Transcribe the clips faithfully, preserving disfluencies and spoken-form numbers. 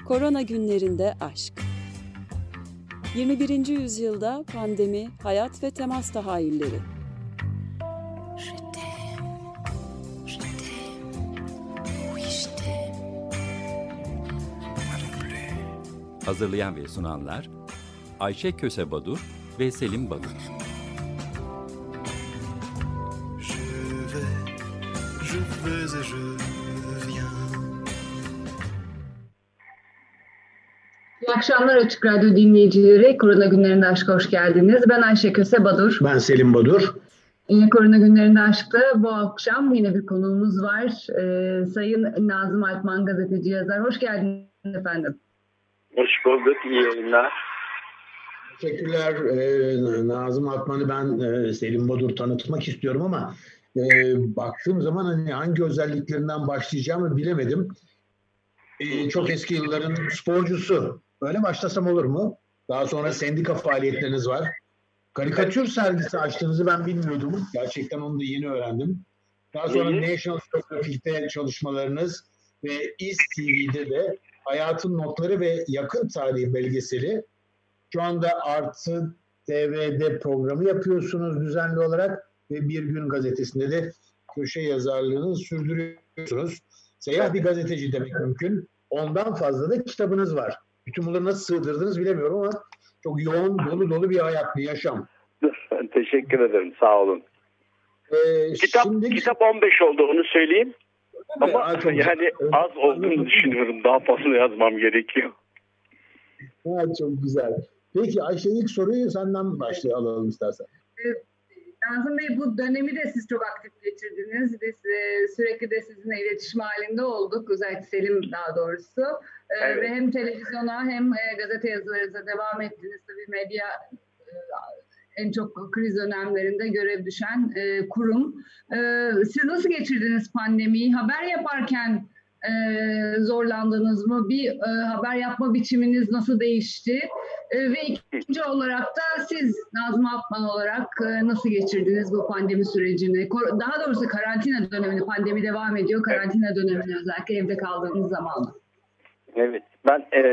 Korona günlerinde aşk. yirmi birinci yüzyılda pandemi, hayat ve temas tahayyülleri. Hazırlayan ve sunanlar Ayşe Köse Badur ve Selim Badur. İyi akşamlar Açık Radyo dinleyicileri. Korona günlerinde aşka hoş geldiniz. Ben Ayşe Köse Badur. Ben Selim Badur. Yine Korona günlerinde aşkta bu akşam yine bir konuğumuz var. Ee, Sayın Nazım Alpman, gazeteci, yazar. Hoş geldiniz efendim. Hoş bulduk. İyi yayınlar. Teşekkürler. Ee, Nazım Alpman'ı ben e, Selim Badur tanıtmak istiyorum ama e, baktığım zaman hani hangi özelliklerinden başlayacağımı bilemedim. E, çok eski yılların sporcusu. Öyle başlasam olur mu? Daha sonra sendika faaliyetleriniz var. Karikatür sergisi açtığınızı ben bilmiyordum. Gerçekten onu da yeni öğrendim. Daha sonra İyi. National Geographic'te çalışmalarınız ve Is T V'de de Hayatın Notları ve Yakın Tarihi belgeseli. Şu anda Artı T V'de programı yapıyorsunuz düzenli olarak ve Bir Gün gazetesinde de köşe yazarlığını sürdürüyorsunuz. Seyyah bir gazeteci demek mümkün. Ondan fazla da kitabınız var. Bütün bunları nasıl sığdırdınız bilemiyorum ama çok yoğun, dolu dolu bir hayat, bir yaşam. Teşekkür ederim. Sağ olun. Ee, Kitap şimdi... kitap on beş oldu, onu söyleyeyim. Ama Ay, çok yani güzel. az olduğunu düşünüyorum. Daha fazla yazmam gerekiyor. Ha, çok güzel. Peki Ayşe, ilk soruyu senden başlayalım istersen. Evet. Nazım Bey, bu dönemi de siz çok aktif geçirdiniz. Biz e, sürekli de sizinle iletişim halinde olduk. Özellikle Selim daha doğrusu. E, Evet. Ve hem televizyona hem e, gazete yazılarınıza devam ettiniz. Tabii medya e, en çok kriz dönemlerinde görev düşen e, kurum. E, siz nasıl geçirdiniz pandemiyi? Haber yaparken e, zorlandınız mı? Bir e, haber yapma biçiminiz nasıl değişti? E, ve ikinci olarak da siz Nazım Alpman olarak e, nasıl geçirdiniz bu pandemi sürecini? Ko- Daha doğrusu karantina dönemini, pandemi devam ediyor. Karantina dönemini, özellikle evde kaldığınız zaman. Evet. Ben e,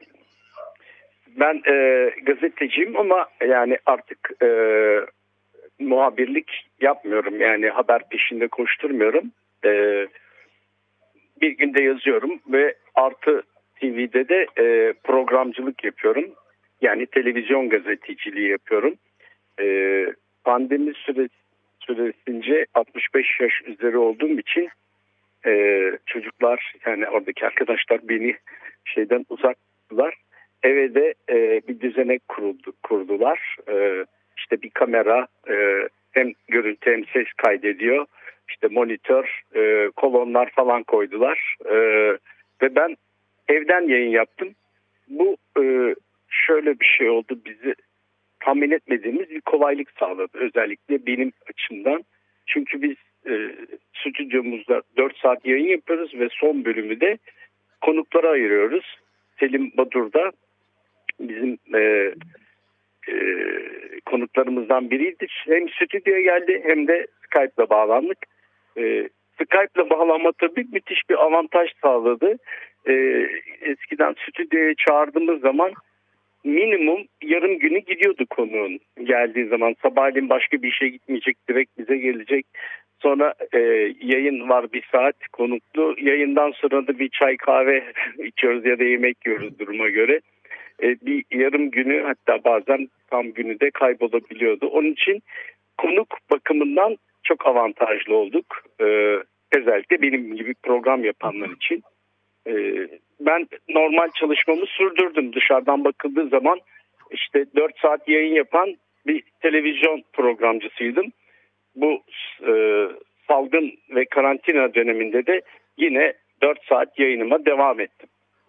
ben e, gazeteciyim ama yani artık e, muhabirlik yapmıyorum. Yani haber peşinde koşturmuyorum. E, bir günde yazıyorum ve Artı T V'de de e, programcılık yapıyorum. Yani televizyon gazeteciliği yapıyorum. E, pandemi süre, süresince altmış beş yaş üzeri olduğum için e, çocuklar, yani oradaki arkadaşlar beni şeyden uzak tuttular. Eve de e, bir düzenek kuruldu, kurdular. E, işte bir kamera e, hem görüntü hem ses kaydediyor. İşte monitör, e, kolonlar falan koydular. E, ve ben evden yayın yaptım. Bu e, şöyle bir şey oldu, bizi tahmin etmediğimiz bir kolaylık sağladı. Özellikle benim açımdan. Çünkü biz e, stüdyomuzda dört saat yayın yapıyoruz ve son bölümü de konuklara ayırıyoruz. Selim Badur da bizim e, e, konuklarımızdan biriydi. Hem stüdyoya geldi hem de Skype'la bağlandık. E, Skype'la bağlanma tabii müthiş bir avantaj sağladı. E, eskiden stüdyoya çağırdığımız zaman minimum yarım günü gidiyordu konuğun geldiği zaman. Sabahleyin başka bir işe gitmeyecek, direkt bize gelecek. Sonra e, yayın var bir saat konuklu. Yayından sonra da bir çay kahve içiyoruz ya da yemek yiyoruz duruma göre. E, bir yarım günü, hatta bazen tam günü de kaybolabiliyordu. Onun için konuk bakımından çok avantajlı olduk. E, özellikle benim gibi program yapanlar için. E, ben normal çalışmamı sürdürdüm. Dışarıdan bakıldığı zaman işte dört saat yayın yapan bir televizyon programcısıydım. Bu e, salgın ve karantina döneminde de yine dört saat yayınıma devam ettim.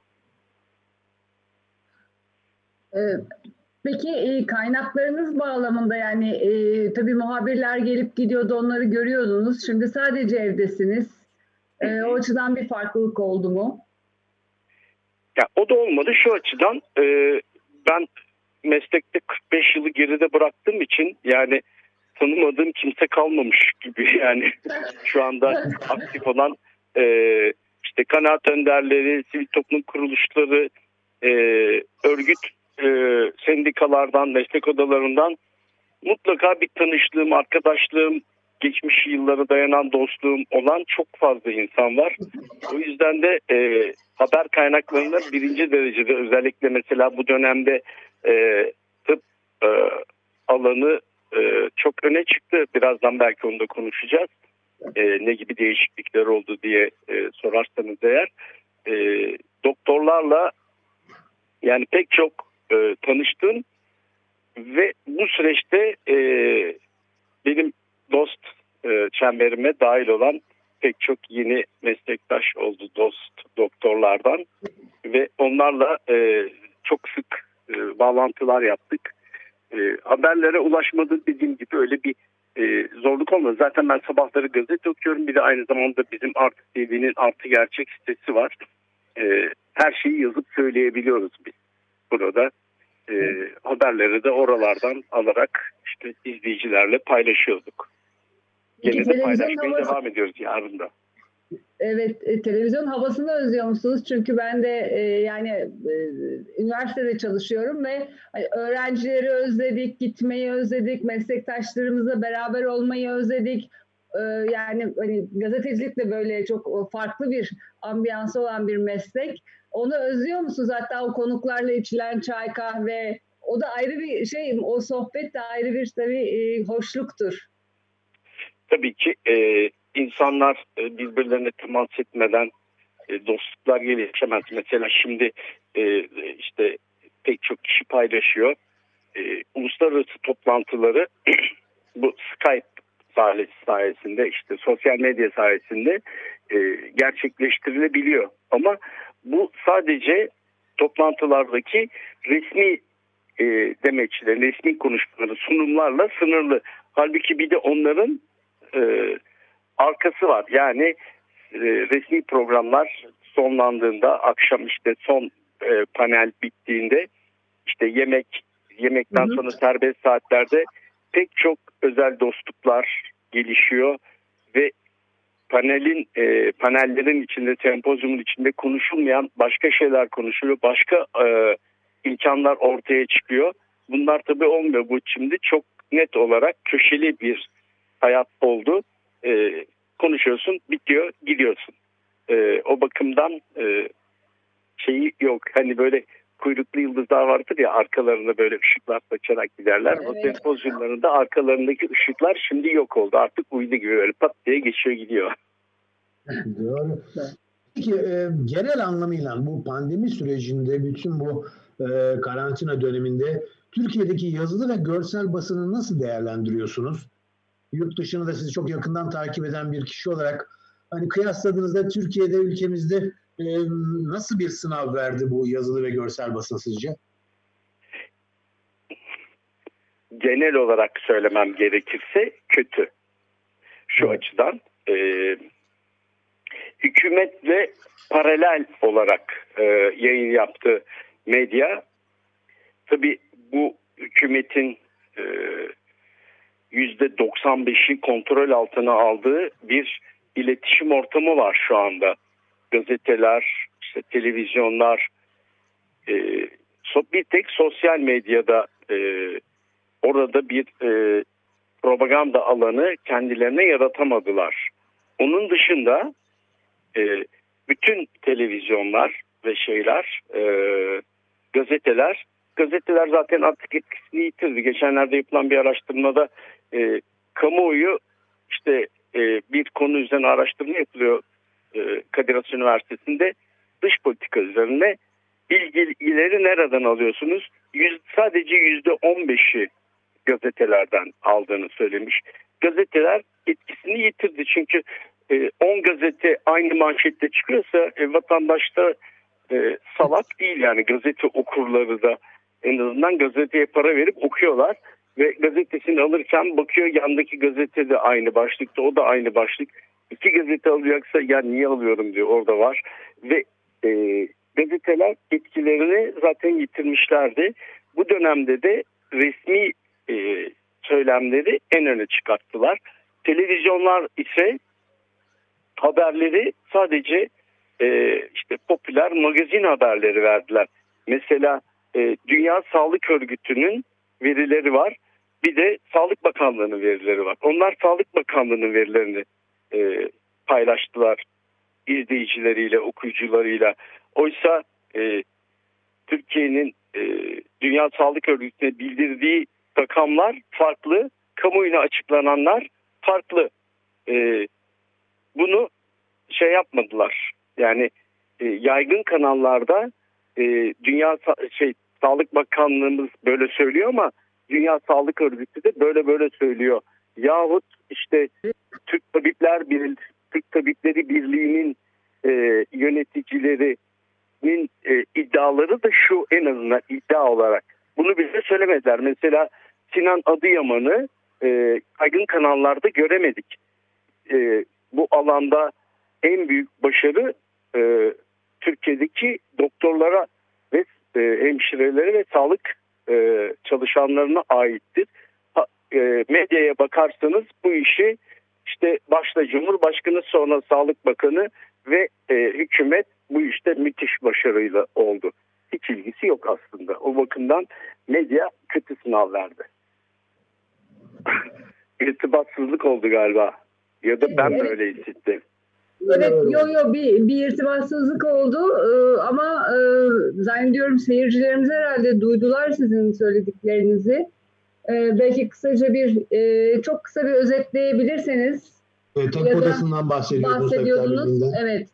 Peki e, kaynaklarınız bağlamında, yani e, tabii muhabirler gelip gidiyordu, onları görüyordunuz. Şimdi sadece evdesiniz. E, o açıdan bir farklılık oldu mu? Ya, o da olmadı şu açıdan. E, ben meslekte kırk beş yılı geride bıraktığım için, yani tanımadığım kimse kalmamış gibi, yani şu anda aktif olan e, işte kanaat önderleri, sivil toplum kuruluşları, e, örgüt, e, sendikalardan, meslek odalarından mutlaka bir tanıştığım, arkadaşlığım, geçmiş yıllara dayanan dostluğum olan çok fazla insan var. O yüzden de e, haber kaynaklarında birinci derecede, özellikle mesela bu dönemde e, tıp e, alanı e, çok öne çıktı. Birazdan belki onu da konuşacağız. E, ne gibi değişiklikler oldu diye e, sorarsanız eğer. E, doktorlarla yani pek çok e, tanıştım ve bu süreçte e, benim dost e, çemberime dahil olan pek çok yeni meslektaş oldu dost doktorlardan ve onlarla e, çok sık e, bağlantılar yaptık. E, haberlere ulaşmadı dediğim gibi öyle bir e, zorluk olmadı. Zaten ben sabahları gazete okuyorum. Bir de aynı zamanda bizim Artı T V'nin Artı Gerçek sitesi var. E, her şeyi yazıp söyleyebiliyoruz biz burada. E, haberleri de oralardan alarak işte izleyicilerle paylaşıyorduk. Yine de paylaşmaya havası... devam ediyoruz yarın da. Evet, e, televizyon havasını özlüyor musunuz? Çünkü ben de e, yani e, üniversitede çalışıyorum ve hani, öğrencileri özledik, gitmeyi özledik, meslektaşlarımızla beraber olmayı özledik. E, yani hani, gazetecilik de böyle çok farklı bir ambiyansı olan bir meslek. Onu özlüyor musunuz? Hatta o konuklarla içilen çay, kahve, o da ayrı bir şey, o sohbet de ayrı bir tabii e, hoşluktur. Tabii ki e, insanlar e, birbirlerine temas etmeden e, dostluklar gelişemez. Mesela şimdi e, işte pek çok kişi paylaşıyor. E, uluslararası toplantıları bu Skype sayesinde, işte sosyal medya sayesinde e, gerçekleştirilebiliyor. Ama bu sadece toplantılardaki resmi e, demeçler, resmi konuşmaları, sunumlarla sınırlı. Halbuki bir de onların e, arkası var. Yani e, resmi programlar sonlandığında, akşam işte son e, panel bittiğinde, işte yemek yemekten sonra serbest saatlerde pek çok özel dostluklar gelişiyor ve panelin e, panellerin içinde, sempozyumun içinde konuşulmayan başka şeyler konuşuluyor. Başka e, imkanlar ortaya çıkıyor. Bunlar tabii olmuyor. Bu şimdi çok net olarak köşeli bir hayat oldu. E, konuşuyorsun, bitiyor, gidiyorsun. E, o bakımdan e, şeyi yok. Hani böyle kuyruklu yıldızlar vardır ya, arkalarında böyle ışıklar saçarak giderler. Evet. O sempozyumlarında arkalarındaki ışıklar şimdi yok oldu. Artık uydu gibi böyle pat diye geçiyor gidiyor. Doğru. Peki e, genel anlamıyla bu pandemi sürecinde, bütün bu e, karantina döneminde Türkiye'deki yazılı ve görsel basını nasıl değerlendiriyorsunuz? Yurt dışını da sizi çok yakından takip eden bir kişi olarak hani kıyasladığınızda Türkiye'de, ülkemizde e, nasıl bir sınav verdi bu yazılı ve görsel basın sizce? Genel olarak söylemem gerekirse kötü. Şu evet. açıdan e, hükümetle paralel olarak e, yayın yaptığı medya, tabii bu hükümetin e, yüzde doksan beşi kontrol altına aldığı bir iletişim ortamı var şu anda. Gazeteler, işte televizyonlar, e, bir tek sosyal medyada e, orada bir e, propaganda alanı kendilerine yaratamadılar. Onun dışında e, bütün televizyonlar ve şeyler, e, gazeteler, gazeteler zaten artık etkisini yitirdi. Geçenlerde yapılan bir araştırmada e, kamuoyu işte e, bir konu üzerine araştırma yapılıyor e, Kadir Has Üniversitesi'nde, dış politika üzerine. Bilgileri nereden alıyorsunuz? Yüz, sadece yüzde on beşi gazetelerden aldığını söylemiş. Gazeteler etkisini yitirdi çünkü e, on gazete aynı manşette çıkıyorsa e, vatandaş da e, salak değil, yani gazete okurları da en azından gazeteye para verip okuyorlar ve gazetesini alırken bakıyor yandaki gazete de aynı başlıkta, o da aynı başlık. İki gazete alacaksa ya niye alıyorum diyor, orada var ve e, gazeteler etkilerini zaten yitirmişlerdi. Bu dönemde de resmi e, söylemleri en öne çıkarttılar. Televizyonlar ise haberleri sadece e, işte popüler magazin haberleri verdiler. Mesela e, Dünya Sağlık Örgütü'nün verileri var. Bir de Sağlık Bakanlığı'nın verileri var. Onlar Sağlık Bakanlığı'nın verilerini e, paylaştılar izleyicileriyle, okuyucularıyla. Oysa e, Türkiye'nin e, Dünya Sağlık Örgütü'ne bildirdiği rakamlar farklı, kamuoyuna açıklananlar farklı. E, bunu şey yapmadılar. Yani e, yaygın kanallarda e, Dünya şey Sağlık Bakanlığımız böyle söylüyor ama Dünya Sağlık Örgütü de böyle böyle söylüyor. Yahut işte Türk Tabipler Birliği, Türk Tabipleri Birliği'nin e, yöneticilerinin e, iddiaları da şu, en azından iddia olarak. Bunu bize söylemediler. Mesela Sinan Adıyaman'ı e, yaygın kanallarda göremedik. E, bu alanda en büyük başarı e, Türkiye'deki doktorlara ve e, hemşirelere ve sağlık e, çalışanlarına aittir. Ha, e, medyaya bakarsanız bu işi işte başta Cumhurbaşkanı, sonra Sağlık Bakanı ve e, hükümet bu işte müthiş başarıyla oldu. Hiç ilgisi yok aslında. O bakımdan medya kötü sınav verdi. İrtibatsızlık oldu galiba. Ya da ben Evet. böyle hissettim. Evet, yo yo bir, bir irtibatsızlık oldu ee, ama e, zannediyorum seyircilerimiz herhalde duydular sizin söylediklerinizi. Ee, belki kısaca bir, e, çok kısa bir özetleyebilirseniz. E, tek Ya da odasından bahsediyordunuz. bahsediyordunuz. Evet.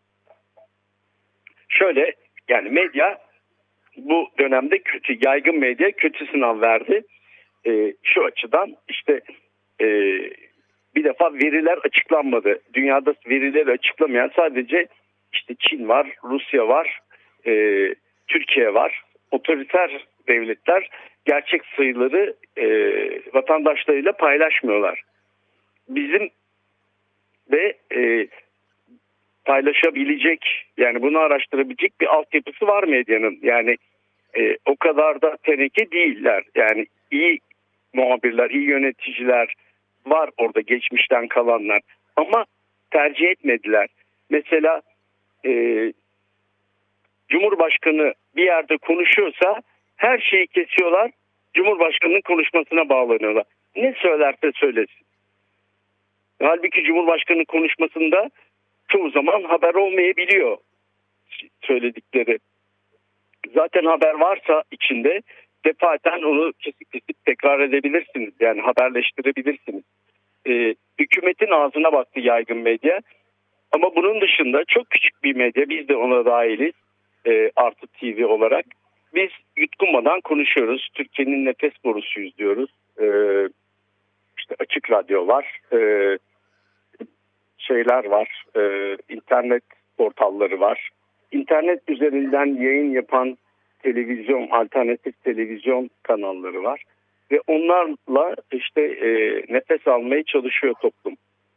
Şöyle, yani medya bu dönemde kötü, yaygın medya kötü sınav verdi. Ee, şu açıdan işte e, bir defa veriler açıklanmadı. Dünyada verileri açıklamayan sadece işte Çin var, Rusya var, e, Türkiye var. Otoriter devletler gerçek sayıları e, vatandaşlarıyla paylaşmıyorlar. Bizim de e, paylaşabilecek, yani bunu araştırabilecek bir altyapısı var medyanın. Yani e, o kadar da teneke değiller. Yani iyi muhabirler, iyi yöneticiler var orada, geçmişten kalanlar. Ama tercih etmediler. Mesela e, Cumhurbaşkanı bir yerde konuşuyorsa her şeyi kesiyorlar. Cumhurbaşkanının konuşmasına bağlanıyorlar. Ne söylerse söylesin. Halbuki Cumhurbaşkanı konuşmasında çoğu zaman haber olmayabiliyor söyledikleri. Zaten haber varsa içinde defaten onu kesip kesip tekrar edebilirsiniz. Yani haberleştirebilirsiniz. Ee, hükümetin ağzına baktı yaygın medya. Ama bunun dışında çok küçük bir medya, biz de ona dahiliz e, Artı T V olarak. Biz yutkunmadan konuşuyoruz. Türkiye'nin nefes borusuyuz diyoruz. Ee, işte Açık Radyo var. Ee, şeyler var. E, internet portalları var. İnternet üzerinden yayın yapan televizyon, alternatif televizyon kanalları var. Ve onlarla işte e, nefes almaya çalışıyor toplum.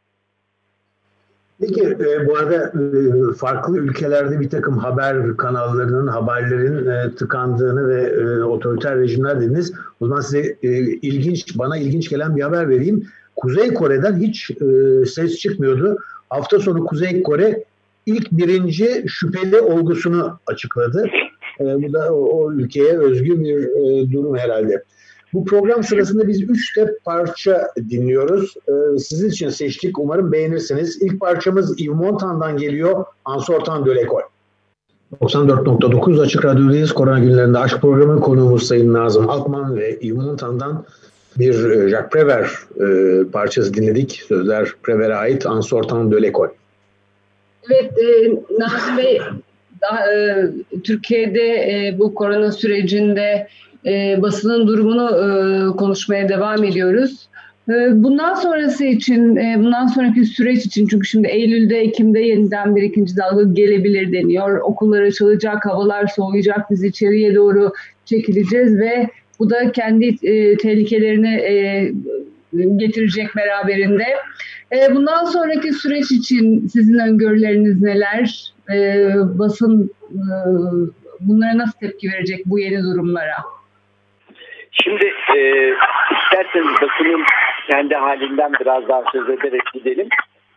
Peki e, bu arada e, farklı ülkelerde bir takım haber kanallarının, haberlerin e, tıkandığını ve e, otoriter rejimler dediniz. O zaman size e, ilginç, bana ilginç gelen bir haber vereyim. Kuzey Kore'den hiç e, ses çıkmıyordu. Hafta sonu Kuzey Kore ilk birinci şüpheli olgusunu açıkladı. E, bu da o, o ülkeye özgü bir e, durum herhalde. Bu program sırasında biz üç de parça dinliyoruz. Ee, sizin için seçtik. Umarım beğenirsiniz. İlk parçamız Yves Montan'dan geliyor. En sortant de l'école. doksan dört nokta dokuz Açık Radyo'dayız. Korona günlerinde aşk programı, konuğumuz Sayın Nazım Altman ve Yves Montan'dan bir Jacques Prévert e, parçası dinledik. Sözler Prévert'e ait. En sortant de l'école. Evet, e, Nazım Bey, daha, e, Türkiye'de e, bu korona sürecinde E, basının durumunu e, konuşmaya devam ediyoruz. E, bundan sonrası için, e, bundan sonraki süreç için, çünkü şimdi Eylül'de, Ekim'de yeniden bir ikinci dalga gelebilir deniyor. Okullar açılacak, havalar soğuyacak, biz içeriye doğru çekileceğiz ve bu da kendi e, tehlikelerini e, getirecek beraberinde. E, bundan sonraki süreç için sizin öngörüleriniz neler? E, basın e, bunlara nasıl tepki verecek, bu yeni durumlara? Şimdi e, isterseniz basının kendi halinden biraz daha söz ederek gidelim.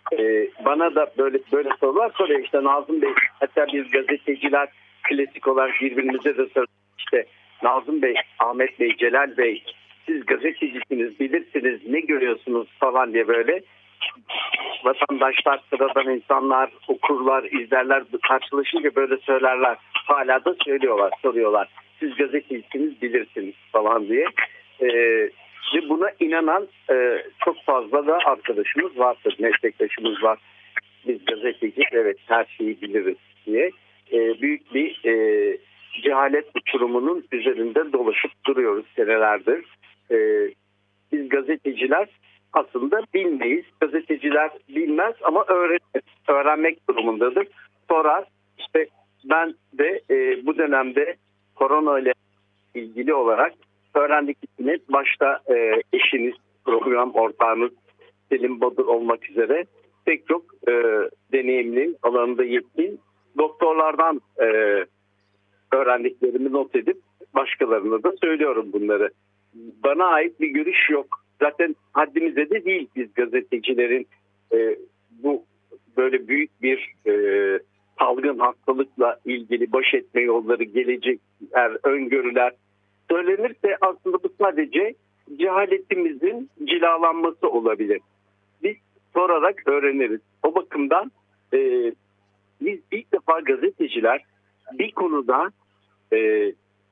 e, bana da böyle böyle sorular soruyor. İşte Nazım Bey, hatta biz gazeteciler klasik olarak birbirimize de soruyoruz. İşte Nazım Bey, Ahmet Bey, Celal Bey, siz gazetecisiniz, bilirsiniz, ne görüyorsunuz falan diye böyle vatandaşlar, sıradan insanlar, okurlar, izlerler, karşılaşınca böyle söylerler. Hala da söylüyorlar, soruyorlar. Siz gazetecisiniz, bilirsiniz falan diye. Ee, ve buna inanan e, çok fazla da arkadaşımız vardır, meslektaşımız var. Biz gazeteciyiz, evet her şeyi biliriz diye. Ee, büyük bir e, cehalet uçurumunun üzerinde dolaşıp duruyoruz senelerdir. Ee, biz gazeteciler aslında bilmeyiz. Gazeteciler bilmez ama öğrenir, öğrenmek durumundadır. Sorar. İşte ben de e, bu dönemde korona ile ilgili olarak öğrendiklerini başta e, eşiniz, program ortağınız Selim Badur olmak üzere pek çok e, deneyimli, alanında yetkin doktorlardan e, öğrendiklerimi not edip başkalarına da söylüyorum bunları. Bana ait bir görüş yok. Zaten haddimize de değil biz gazetecilerin e, bu böyle büyük bir e, salgın hastalıkla ilgili baş etme yolları, gelecekler, öngörüler söylenirse aslında bu sadece cehaletimizin cilalanması olabilir. Biz sorarak öğreniriz. O bakımdan e, biz ilk defa gazeteciler bir konuda e,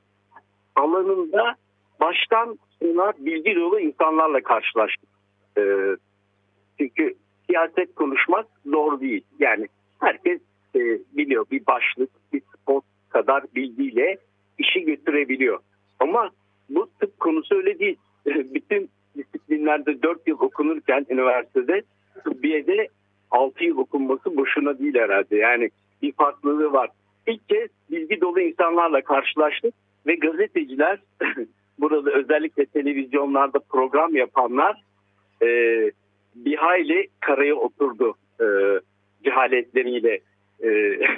alanında baştan sona bilgi dolu insanlarla karşılaştık. E, çünkü siyaset konuşmak doğru değil. Yani herkes e, biliyor, bir başlık, bir spot kadar bilgiyle işi götürebiliyor. Ama bu tıp konusu öyle değil. Bütün disiplinlerde dört yıl okunurken üniversitede, tıbbiyede altı yıl okunması boşuna değil herhalde. Yani bir farklılığı var. İlk kez bilgi dolu insanlarla karşılaştık ve gazeteciler burada özellikle televizyonlarda program yapanlar e, bir hayli karaya oturdu e, cehaletleriyle. E,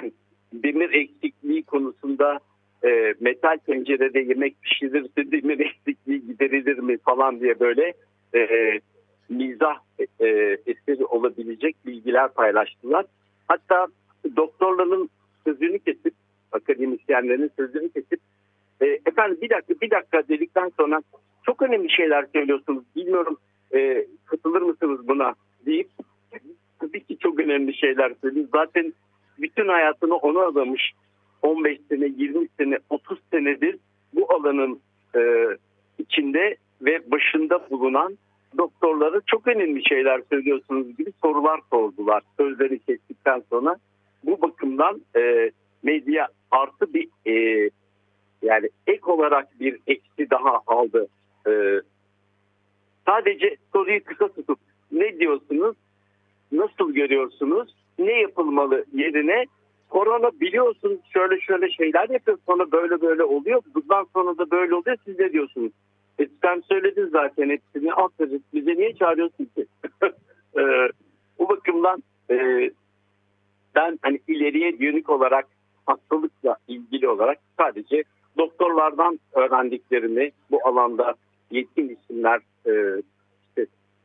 demir eksikliği konusunda e, metal tencerede yemek pişirirse demir eksikliği giderilir mi falan diye böyle e, mizah e, eseri olabilecek bilgiler paylaştılar. Hatta doktorların sözünü kesip, akademisyenlerin sözünü kesip e, efendim bir dakika bir dakika dedikten sonra çok önemli şeyler söylüyorsunuz, bilmiyorum e, katılır mısınız buna deyip tabii ki çok önemli şeyler söylüyor. Zaten bütün hayatını ona adamış, on beş sene, yirmi sene, otuz senedir bu alanın e, içinde ve başında bulunan doktorlara çok önemli şeyler söylüyorsunuz gibi sorular sordular sözleri kestikten sonra. Bu bakımdan e, medya artı bir e, yani ek olarak bir eksi daha aldı. E, sadece soruyu kısa tutup ne diyorsunuz, nasıl görüyorsunuz, ne yapılmalı yerine korona biliyorsunuz şöyle şöyle şeyler yapıyor, sonra böyle böyle oluyor, bundan sonra da böyle oluyor, siz ne diyorsunuz? E, sen söyledin zaten hepsini, aferin, bize niye çağırıyorsun ki? e, bu bakımdan e, ben hani ileriye dönük olarak hastalıkla ilgili olarak sadece doktorlardan öğrendiklerimi, bu alanda yetkin isimler, e, işte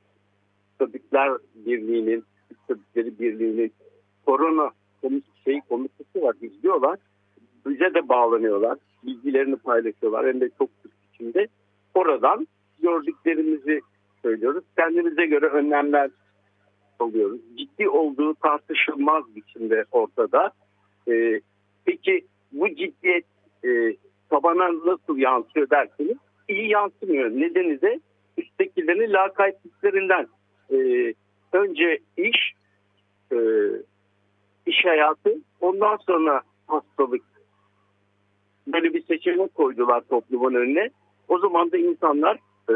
Tabipler Birliği'nin, Tabipleri Birliği'nin korona şey komitesi var, izliyorlar. Bize de bağlanıyorlar, bilgilerini paylaşıyorlar, hem de çok sık biçimde. Oradan gördüklerimizi söylüyoruz. Kendimize göre önlemler alıyoruz. Ciddi olduğu tartışılmaz biçimde ortada. Ee, peki bu ciddiyet e, tabana nasıl yansıyor derseniz iyi yansımıyor. Nedeni de üsttekilerin lakaytlıklarından. Ee, önce iş, e, iş hayatı, ondan sonra hastalık. Böyle bir seçenek koydular toplumun önüne. O zaman da insanlar e,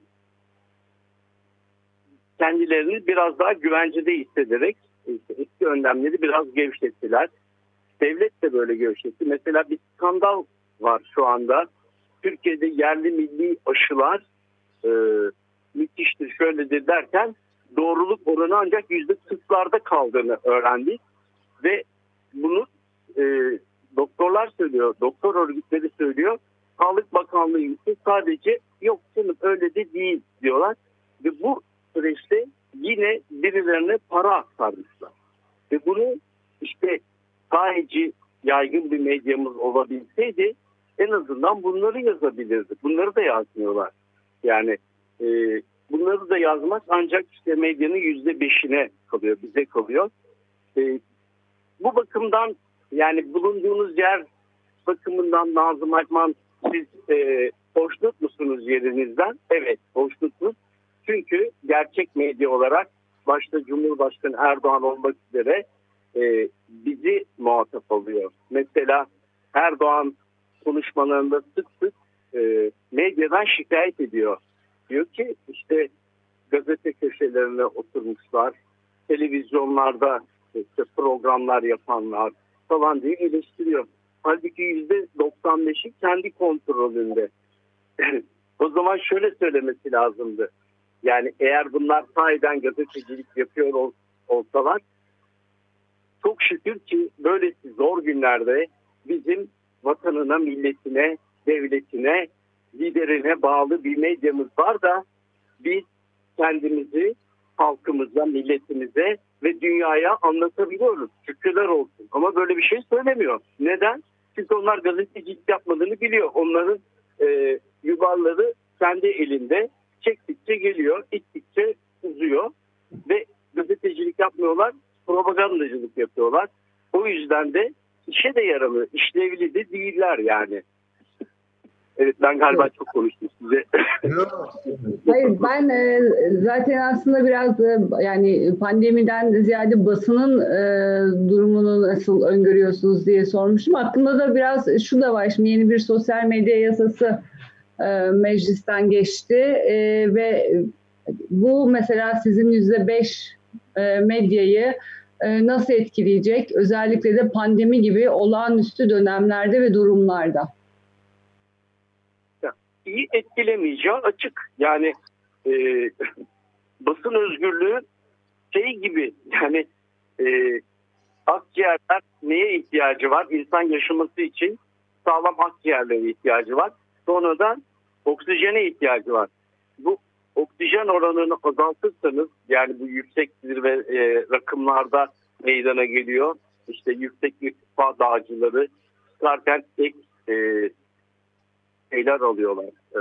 kendilerini biraz daha güvencede hissederek işte eski önlemleri biraz gevşettiler. Devlet de böyle gevşetti. Mesela bir skandal var şu anda. Türkiye'de yerli milli aşılar e, müthiştir şöyledir derken doğruluk oranı ancak yüzde kırklarda kaldığını öğrendik. Ve bunu e, doktorlar söylüyor, doktor örgütleri söylüyor. Sağlık Bakanlığı ise sadece yok canım öyle de değil diyorlar. Ve bu süreçte yine birilerine para aktarmışlar. Ve bunu işte sadece yaygın bir medyamız olabilseydi en azından bunları yazabilirdi. Bunları da yazmıyorlar. Yani e, bunları da yazmak ancak işte medyanın yüzde beşine kalıyor, bize kalıyor. E, bu bakımdan yani bulunduğunuz yer bakımından Nazım Akman, siz e, hoşnut musunuz yerinizden? Evet, hoşnutuz. Çünkü gerçek medya olarak başta Cumhurbaşkanı Erdoğan olmak üzere e, bizi muhatap alıyor. Mesela Erdoğan konuşmalarında sık sık e, medyadan şikayet ediyor. Diyor ki işte gazete köşelerine oturmuşlar, televizyonlarda işte programlar yapanlar falan diye eleştiriyor. Halbuki yüzde doksan beşi kendi kontrolünde. O zaman şöyle söylemesi lazımdı. Yani eğer bunlar sahiden gazetecilik yapıyor ol, olsalar çok şükür ki böylesi zor günlerde bizim vatanına, milletine, devletine, liderine bağlı bir medyamız var da biz kendimizi halkımıza, milletimize ve dünyaya anlatabiliyoruz. Şükürler olsun. Ama böyle bir şey söylemiyor. Neden? Çünkü onlar gazetecilik yapmadığını biliyor. Onların e, yuvarları kendi elinde, çektikçe geliyor, ittikçe uzuyor ve gazetecilik yapmıyorlar, propagandacılık yapıyorlar. O yüzden de işe de yaramıyor, işlevli de değiller yani. Evet, ben galiba evet. çok konuştum size. Hayır, ben e, zaten aslında biraz e, yani pandemiden ziyade basının e, durumunu nasıl öngörüyorsunuz diye sormuştum. Aklımda da biraz şu da var, şimdi yeni bir sosyal medya yasası e, meclisten geçti e, ve bu mesela sizin yüzde beş e, medyayı e, nasıl etkileyecek? Özellikle de pandemi gibi olağanüstü dönemlerde ve durumlarda. İyi etkilemeyeceği açık. Yani e, basın özgürlüğü şey gibi yani e, akciğerler neye ihtiyacı var? İnsan yaşaması için sağlam akciğerlere ihtiyacı var. Sonradan oksijene ihtiyacı var. Bu oksijen oranını azaltırsanız yani bu yüksek zirve e, rakımlarda meydana geliyor. İşte yüksek irtifa dağcıları çıkarken ek e, şeyler alıyorlar. E,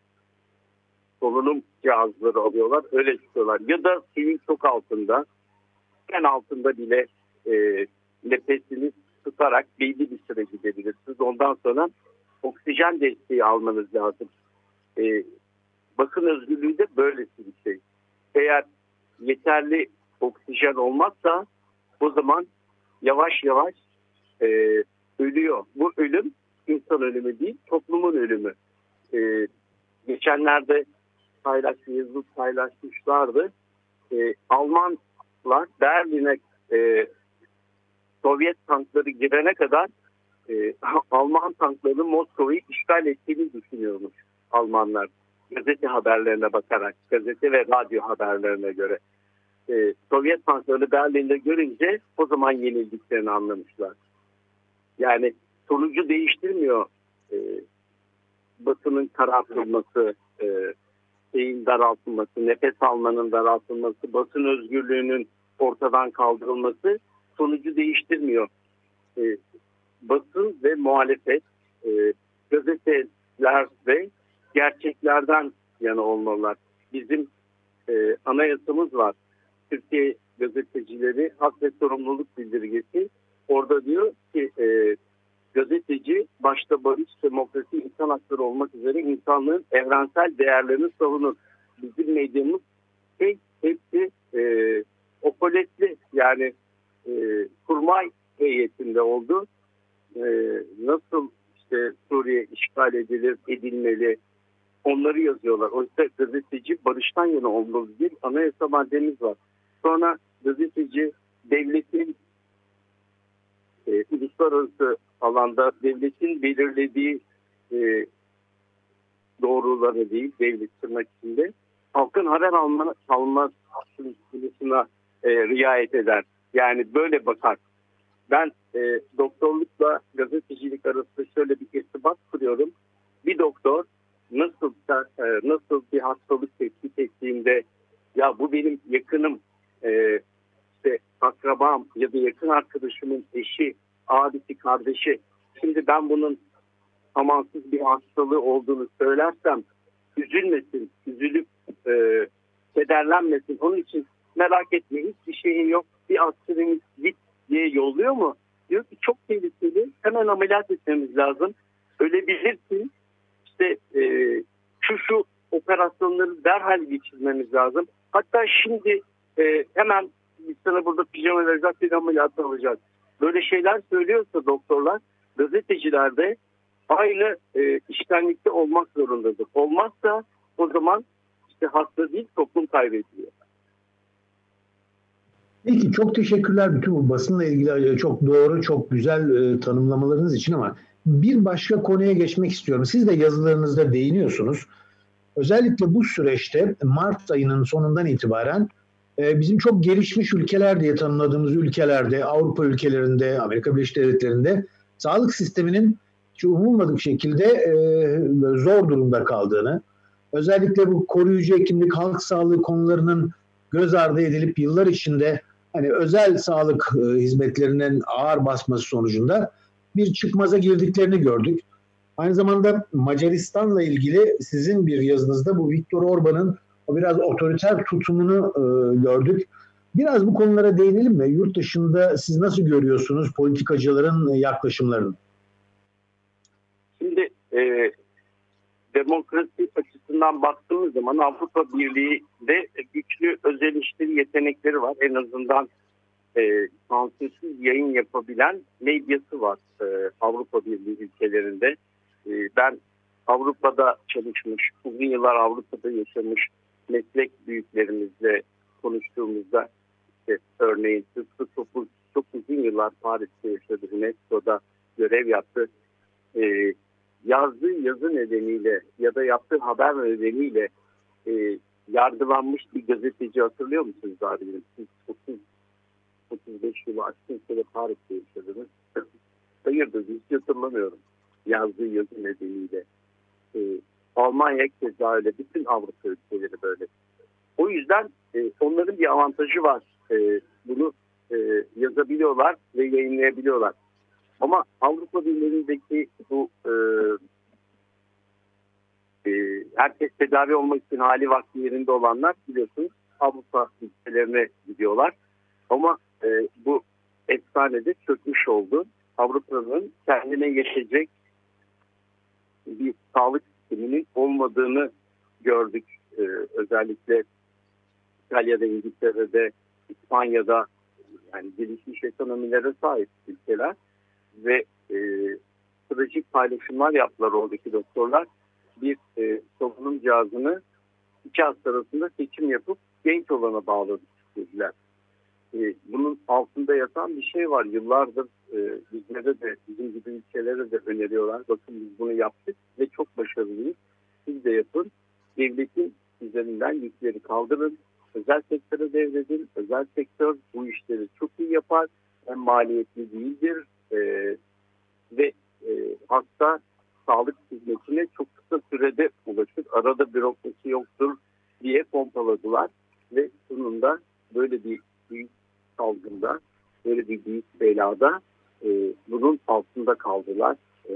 solunum cihazları alıyorlar. Öyle çıkıyorlar. Ya da suyun çok altında en altında bile e, nefesini tutarak belli bir süre gidebilirsiniz. Ondan sonra oksijen desteği almanız lazım. E, basın özgürlüğü de böylesi bir şey. Eğer yeterli oksijen olmazsa o zaman yavaş yavaş e, ölüyor. Bu ölüm insan ölümü değil, toplumun ölümü. Ee, geçenlerde paylaşmış, yazıp paylaşmışlardı. Ee, Almanlar Berlin'e e, Sovyet tankları girene kadar e, Alman tanklarının Moskova'yı işgal ettiğini düşünüyormuş Almanlar. Gazete haberlerine bakarak, gazete ve radyo haberlerine göre. Ee, Sovyet tanklarını Berlin'de görünce o zaman yenildiklerini anlamışlar. Yani sonucu değiştirmiyor. E, basının karartılması, e, şeyin daraltılması, nefes almanın daraltılması, basın özgürlüğünün ortadan kaldırılması sonucu değiştirmiyor. E, basın ve muhalefet, e, gazeteler ve gerçeklerden yana olmalılar. Bizim e, anayasamız var. Türkiye Gazetecileri Hak ve Sorumluluk Bildirgesi. Orada diyor ki e, gazeteci başta barış, demokrasi, insan hakları olmak üzere insanlığın evrensel değerlerini savunur. Bizim medyamız hep, hepsi e, opoletli yani e, kurmay heyetinde oldu. E, nasıl işte Suriye işgal edilir, edilmeli onları yazıyorlar. Oysa gazeteci barıştan yana olmalı bir anayasa maddemiz var. Sonra gazeteci devletin e, uluslararası alanda devletin belirlediği e, doğruları değil, devlet tırnak içinde halkın haber alma, alma konusuna e, riayet eder. Yani böyle bakar. Ben e, doktorlukla gazetecilik arasında şöyle bir irtibat kuruyorum. Bir doktor nasıl e, nasıl bir hastalık tespit ettiğinde ya bu benim yakınım yakın arkadaşımın eşi, abisi, kardeşi. Şimdi ben bunun amansız bir hastalığı olduğunu söylersem üzülmesin, üzülüp e, kederlenmesin. Onun için merak etme, hiçbir şeyin yok, bir askırınız git diye yolluyor mu? Diyor ki çok tehlikeli, hemen ameliyat etmemiz lazım. Ölebilirsin, işte e, şu şu operasyonları derhal geçirmemiz lazım. Hatta şimdi e, hemen biz sana burada pijama vereceğiz, bir ameliyat alacağız. Böyle şeyler söylüyorsa doktorlar, gazeteciler de aynı e, iştenlikte olmak zorundadır. Olmazsa o zaman işte hasta değil, toplum kaybediyor. Peki, çok teşekkürler bütün bu basınla ilgili çok doğru, çok güzel e, tanımlamalarınız için, ama bir başka konuya geçmek istiyorum. Siz de yazılarınızda değiniyorsunuz. Özellikle bu süreçte Mart ayının sonundan itibaren e, bizim çok gelişmiş ülkeler diye tanımladığımız ülkelerde, Avrupa ülkelerinde, Amerika Birleşik Devletleri'nde sağlık sisteminin hiç umulmadık şekilde e, zor durumda kaldığını, özellikle bu koruyucu hekimlik, halk sağlığı konularının göz ardı edilip yıllar içinde hani özel sağlık e, hizmetlerinin ağır basması sonucunda bir çıkmaza girdiklerini gördük. Aynı zamanda Macaristan'la ilgili sizin bir yazınızda bu Viktor Orban'ın o biraz otoriter tutumunu e, gördük. Biraz bu konulara değinelim mi? Yurt dışında siz nasıl görüyorsunuz politikacıların yaklaşımlarını? Şimdi e, demokrasi açısından baktığımız zaman Avrupa Birliği'de güçlü özel işleri yetenekleri var. En azından e, sansürsüz yayın yapabilen medyası var e, Avrupa Birliği ülkelerinde. E, ben Avrupa'da çalışmış, uzun yıllar Avrupa'da yaşamış meslek büyüklerimizle konuştuğumuzda işte, örneğin Sıtkı Topuz çok uzun yıllar Paris'te yaşadı, U N E S C O'da görev yaptı. E, yazdığı yazı nedeniyle ya da yaptığı haber nedeniyle e, yargılanmış bir gazeteci hatırlıyor musunuz abi? Siz otuz otuz beş yılı aşkın süre Paris'te yaşadınız. Hayırdır, hiç hatırlamıyorum. Yazdığı yazı nedeniyle. E, Almanya keza öyle, bütün Avrupa ülkeleri böyle. O yüzden e, onların bir avantajı var. E, bunu e, yazabiliyorlar ve yayınlayabiliyorlar. Ama Avrupa Birliği'ndeki bu e, e, herkes tedavi olmak için hali vakti yerinde olanlar biliyorsunuz Avrupa ülkelerine gidiyorlar. Ama e, bu efsanede çökmüş oldu. Avrupa'nın kendine yetecek bir sağlık sisteminin olmadığını gördük. E, özellikle İtalya'da, İngiltere'de, İspanya'da, yani gelişmiş ekonomilere sahip ülkeler ve e, stratejik paylaşımlar yaptılar oradaki doktorlar. Bir e, solunum cihazını iki hasta arasında seçim yapıp genç olana bağladık dediler. E, bunun altında yatan bir şey var. Yıllardır e, bizlere de, bizim gibi ülkelere de öneriyorlar. Bakın biz bunu yaptık ve çok başarılıyız. Siz de yapın. Devletin üzerinden yükleri kaldırın. Özel sektöre devredin. Özel sektör bu işleri çok iyi yapar. Hem maliyetli değildir. E, ve e, hasta sağlık hizmetine çok kısa sürede ulaşır. Arada bürokrasi yoktur diye pompaladılar. Ve sonunda böyle bir büyük salgında, böyle bir büyük belada e, bunun altında kaldılar. E,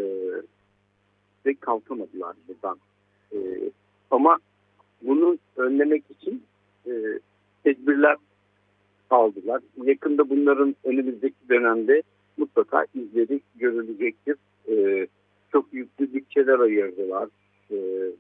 ve kalkamadılar buradan. E, ama bunu önlemek için e, tedbirler aldılar. Yakında bunların önümüzdeki dönemde mutlaka izleri görülecektir. E, çok yüklü bütçeler ayırdılar. E,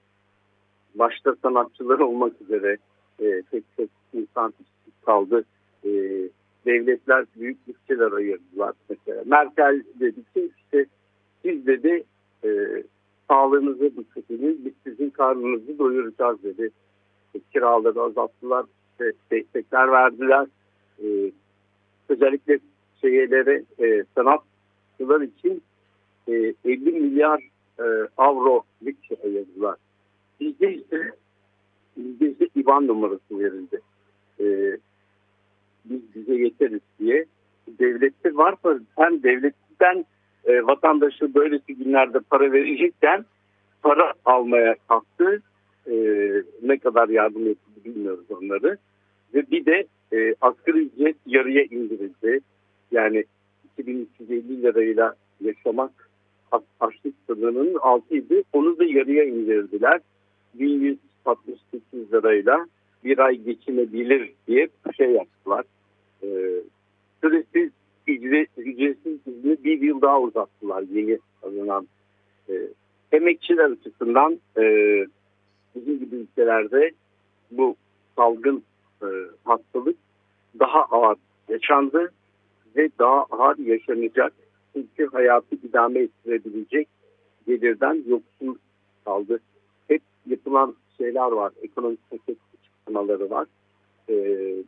başta sanatçılar olmak üzere e, tek tek insan kaldı. E, devletler büyük bütçeler ayırdılar. Mesela Merkel dedi ki işte siz dedi e, sağlığınıza dikkat edin, biz sizin karnınızı doyuracağız dedi. E, kiraları azalttılar, işte, destekler verdiler. E, özellikle şeylere e, sanatçılar için e, elli milyar e, avro bütçe ayırdılar. Bizde ise bizde ise İBAN numarası verildi. E, biz bize yeteriz diye. Devlette var mı? Hem devletten e, vatandaşı böylesi günlerde para verecekken para almaya kalktı. E, ne kadar yardım etti bilmiyoruz onları. Ve bir de e, asgari ücret yarıya indirildi. Yani iki bin üç yüz elli lirayla yaşamak açlık sınırının altıydı. Onu da yarıya indirdiler. bin yüz altmış sekiz lirayla bir ay geçinebilir diye şey yaptılar. Ee, süresiz ücretsiz izni bir yıl daha uzattılar yeni alınan. E, emekçiler açısından e, bizim gibi ülkelerde bu salgın e, hastalık daha ağır yaşandı ve daha ağır yaşanacak. Çünkü hayatı idame ettirebilecek gelirden yoksun kaldı. Hep yapılan şeyler var. Ekonomik paket çıkmaları var. E,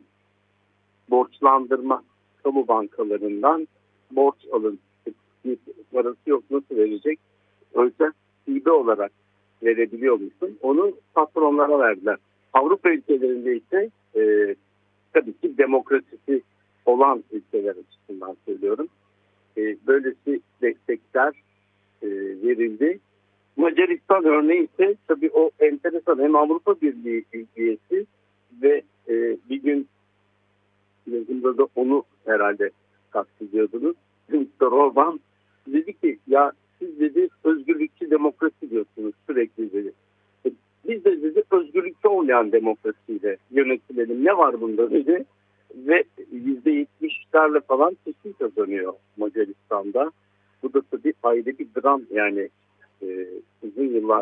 borçlandırma kamu bankalarından borç alın. Parası yok, nasıl verecek? Oysa hibe olarak verebiliyor musun? Onu patronlara verdiler. Avrupa ülkelerinde ise e, tabii ki demokrasisi olan ülkeler açısından söylüyorum. E, böylesi destekler e, verildi. Macaristan örneği ise tabii o enteresan, hem Avrupa Birliği üyesi ve e, bir gün yazımda da onu herhalde kastediyordunuz. Viktor Orban dedi ki ya siz dedi özgürlükçü demokrasi diyorsunuz sürekli dedi. E, biz de dedi özgürlükçü olmayan demokrasiyle yönetilelim, ne var bunda dedi. Ve yüzde yetmişlerle falan seçim kazanıyor Macaristan'da. Bu da tabii ayrı bir dram yani. e, uzun yıllar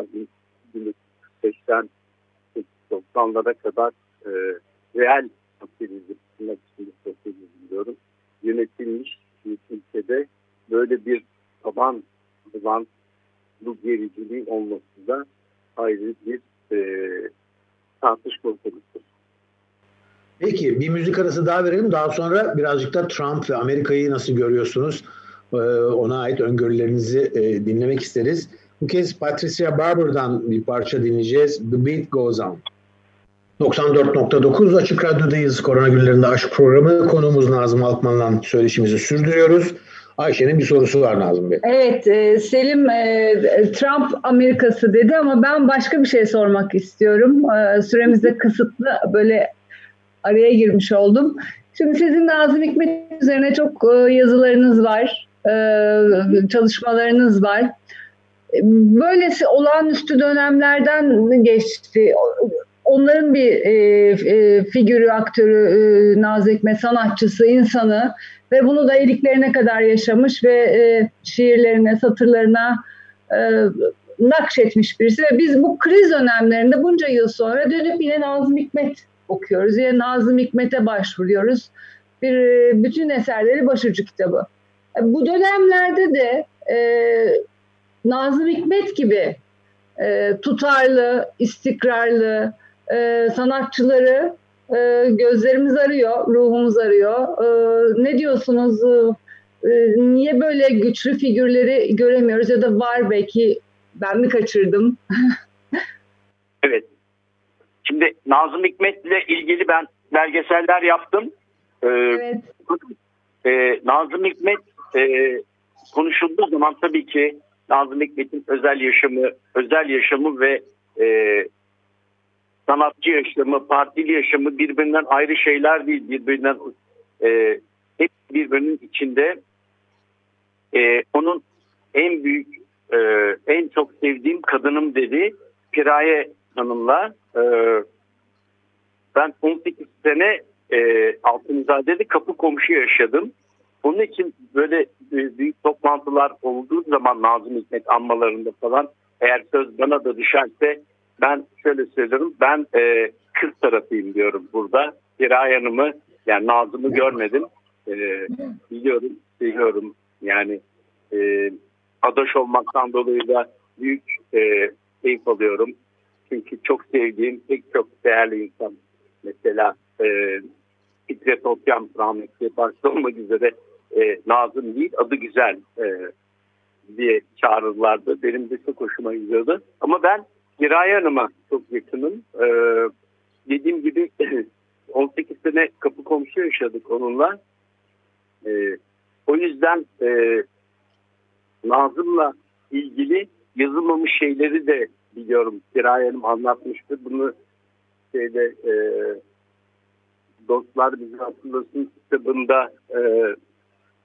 seksen doksanlara kadar e, real kapitalizm, sosyalizm diyorum, yönetilmiş bir ülkede böyle bir taban olan bu gericiliğin olması da ayrı bir e, tartışma konusu. Peki bir müzik arası daha verelim. Daha sonra birazcık da Trump ve Amerika'yı nasıl görüyorsunuz? Ee, ona ait öngörülerinizi e, dinlemek isteriz. Bu kez Patricia Barber'dan bir parça dinleyeceğiz. The Beat Goes On. doksan dört nokta dokuz Açık Radyo'dayız. Korona günlerinde aşk programı. Konuğumuz Nazım Alkman'la söyleşimizi sürdürüyoruz. Ayşe'nin bir sorusu var Nazım Bey. Evet, e, Selim e, Trump Amerikası dedi ama ben başka bir şey sormak istiyorum. E, süremiz de kısıtlı, böyle araya girmiş oldum. Şimdi sizin Nazım Hikmet üzerine çok e, yazılarınız var, e, çalışmalarınız var. E, böylesi olağanüstü dönemlerden geçti. Onların bir e, e, figürü, aktörü, e, Nazım Hikmet sanatçısı, insanı ve bunu da iliklerine kadar yaşamış ve e, şiirlerine, satırlarına e, nakşetmiş birisi. Ve biz bu kriz dönemlerinde bunca yıl sonra dönüp yine Nazım Hikmet okuyoruz. Yine Nazım Hikmet'e başvuruyoruz. Bir e, bütün eserleri başucu kitabı. E, bu dönemlerde de e, Nazım Hikmet gibi e, tutarlı, istikrarlı e, sanatçıları e, gözlerimiz arıyor, ruhumuz arıyor. E, ne diyorsunuz? E, niye böyle güçlü figürleri göremiyoruz? Ya da var, belki ben mi kaçırdım? Evet. Şimdi Nazım Hikmet'le ilgili ben belgeseller yaptım. Ee, Evet. e, Nazım Hikmet e, konuşulduğu zaman tabii ki Nazım Hikmet'in özel yaşamı, özel yaşamı ve e, sanatçı yaşamı, partili yaşamı birbirinden ayrı şeyler değil. Birbirinden e, hep birbirinin içinde. E, onun en büyük, e, en çok sevdiğim kadınım dedi Piraye Hanım'la. E, ben on sekiz sene e, Altunizade'de kapı komşu yaşadım. Onun için böyle büyük toplantılar olduğu zaman Nazım Hikmet anmalarında falan, eğer söz bana da düşerse ben şöyle söylüyorum, ben e, kız tarafıyım diyorum burada. Piraye Hanım'ı, yani Nazım'ı görmedim. E, biliyorum, seviyorum. Yani e, adaş olmaktan dolayı da büyük e, keyif alıyorum. Çünkü çok sevdiğim pek çok değerli insan. Mesela e, Fikret Okyam rahmetli başta olmak üzere e, Nazım değil, adı güzel e, diye çağrırlardı. Benim de çok hoşuma gidiyordu. Ama ben Piraye Hanım'a çok yakınım. E, dediğim gibi on sekiz sene kapı komşu yaşadık onunla. E, o yüzden e, Nazım'la ilgili yazılmamış şeyleri de biliyorum. Piraye Hanım anlatmıştı. Bunu şeyde e, Dostlar Bizi Hatırlasın kitabında e,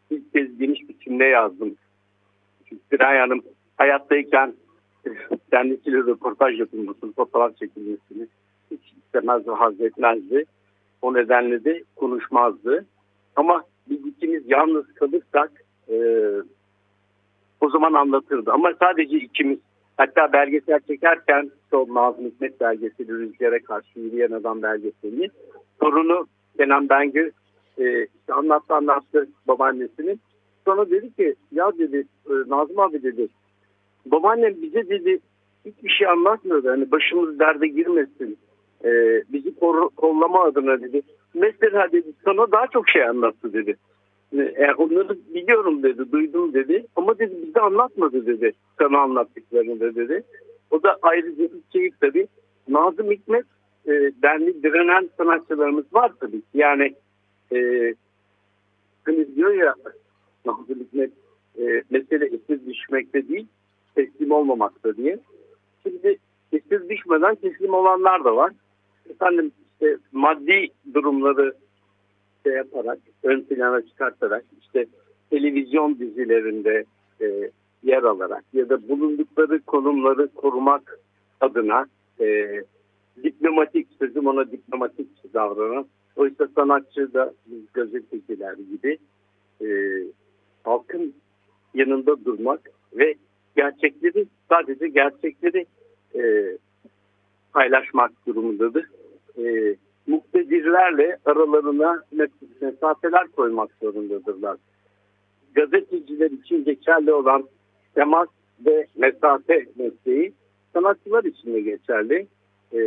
ilk kez geniş biçimde yazdım. Çünkü Tülay Hanım hayattayken kendisiyle röportaj yapılmasını, fotoğraf çekilmesini hiç istemez ve haz etmezdi. O nedenle de konuşmazdı. Ama biz ikimiz yalnız kalırsak e, o zaman anlatırdı. Ama sadece ikimiz. Hatta belgesel çekerken o Nazım Hikmet belgeseli, Rüzgara Karşı Yürüyen Adam belgeselini, torunu Kenan Bengü e, işte anlattı anlattı babaannesini. Sonra dedi ki ya dedi e, Nazım abi dedi, babaannem bize dedi hiçbir şey anlatmıyordu. Hani başımız derde girmesin. E, bizi kor- kollama adına dedi. Mesela dedi sana daha çok şey anlattı dedi. E, onları biliyorum dedi, duydum dedi. Ama dedi bize anlatmadı dedi. Sana anlattıklarını da dedi. O da ayrıca bir keyif tabii. Nazım Hikmet e, denli direnen sanatçılarımız var tabii. Yani e, hani diyor ya Nazım Hikmet e, mesele esir düşmekte değil, teslim olmamakta diye. Şimdi esir düşmeden teslim olanlar da var. Efendim işte maddi durumları şey yaparak, ön plana çıkartarak, işte televizyon dizilerinde e, yer alarak ya da bulundukları konumları korumak adına e, diplomatik, sözüm ona diplomatik davranan, oysa sanatçı da biz gazeteciler gibi e, halkın yanında durmak ve gerçekleri, sadece gerçekleri e, paylaşmak durumundadır. E, muktedirlerle aralarına mesafeler koymak zorundadırlar. Gazeteciler için geçerli olan temas ve mesafe mesleği sanatçılar için de geçerli. E,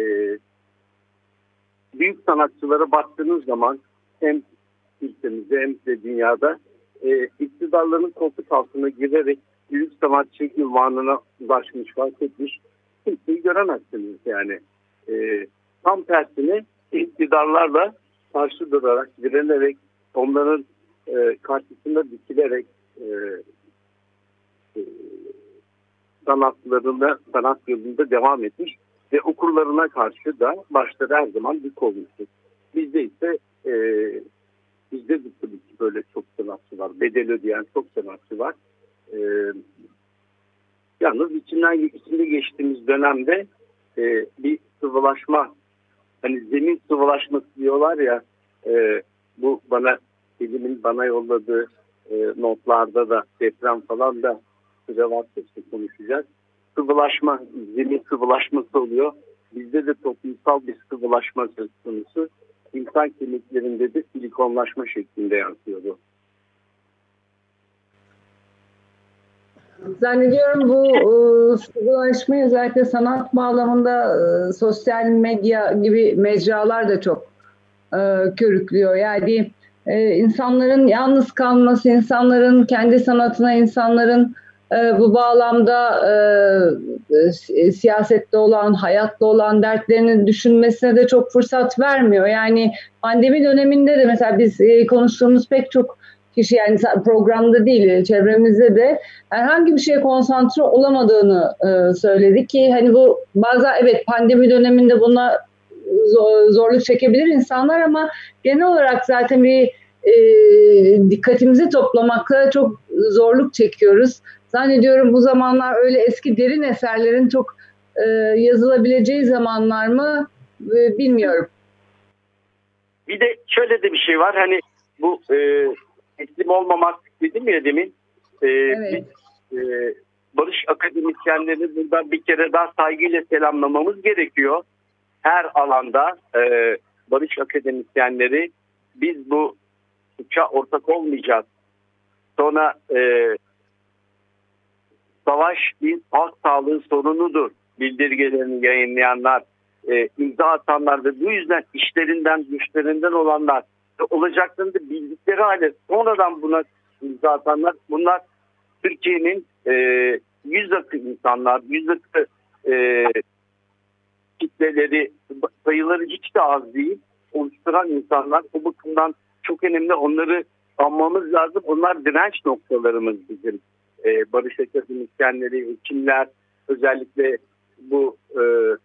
büyük sanatçılara baktığınız zaman hem ülkemizde hem de dünyada e, iktidarların koltuk altına girerek büyük sanatçı ünvanına ulaşmış, fark etmiş kimseyi göremezsiniz yani. E, tam tersine iktidarlarla karşı durarak, direnerek, onların e, karşısında dikilerek e, e, sanatlarında, sanat yolunda devam etmiş ve okurlarına karşı da başta her zaman dik olmuştur. Bizde ise e, bizde de tabii ki böyle çok sanatçı var. Bedel ödeyen çok sanatçı var. E, yalnız içinden içinde geçtiğimiz dönemde e, bir sıvılaşma, hani zemin sıvılaşması diyorlar ya, e, bu bana bilimin bana yolladığı e, notlarda da deprem falan da Revatsız'da konuşacağız. Sıvılaşma, zemin sıvılaşması oluyor. Bizde de toplumsal bir sıvılaşma söz konusu. İnsan kemiklerinde de silikonlaşma şeklinde yansıyor bu. Zannediyorum bu e, sıvılaşmayı özellikle sanat bağlamında e, sosyal medya gibi mecralar da çok e, körüklüyor. Yani e, insanların yalnız kalması, insanların kendi sanatına, insanların e, bu bağlamda e, e, siyasette olan, hayatta olan dertlerini düşünmesine de çok fırsat vermiyor. Yani pandemi döneminde de mesela biz e, konuştuğumuz pek çok kişi, yani programda değil, çevremizde de herhangi bir şeye konsantre olamadığını e, söyledik ki hani bu bazen evet pandemi döneminde buna zor, zorluk çekebilir insanlar ama genel olarak zaten bir e, dikkatimizi toplamakla çok zorluk çekiyoruz. Zannediyorum bu zamanlar öyle eski derin eserlerin çok e, yazılabileceği zamanlar mı e, bilmiyorum. Bir de şöyle de bir şey var, hani bu e, teslim olmamak dedim ya demin. E, Evet. Biz, e, barış akademisyenlerini buradan bir kere daha saygıyla selamlamamız gerekiyor. Her alanda e, barış akademisyenleri, biz bu suça ortak olmayacağız. Sonra e, savaş bir halk sağlığı sorunudur bildirgelerini yayınlayanlar, e, imza atanlar ve bu yüzden işlerinden, güçlerinden olanlar, olacaklarını da bildikleri halde sonradan buna imza atanlar, bunlar Türkiye'nin e, yüz akı insanlar, yüz akı e, kitleleri, sayıları hiç de az değil oluşturan insanlar. Bu bakımdan çok önemli, onları anmamız lazım. Onlar direnç noktalarımız bizim. E, barış akademisyenleri, hekimler, özellikle bu e,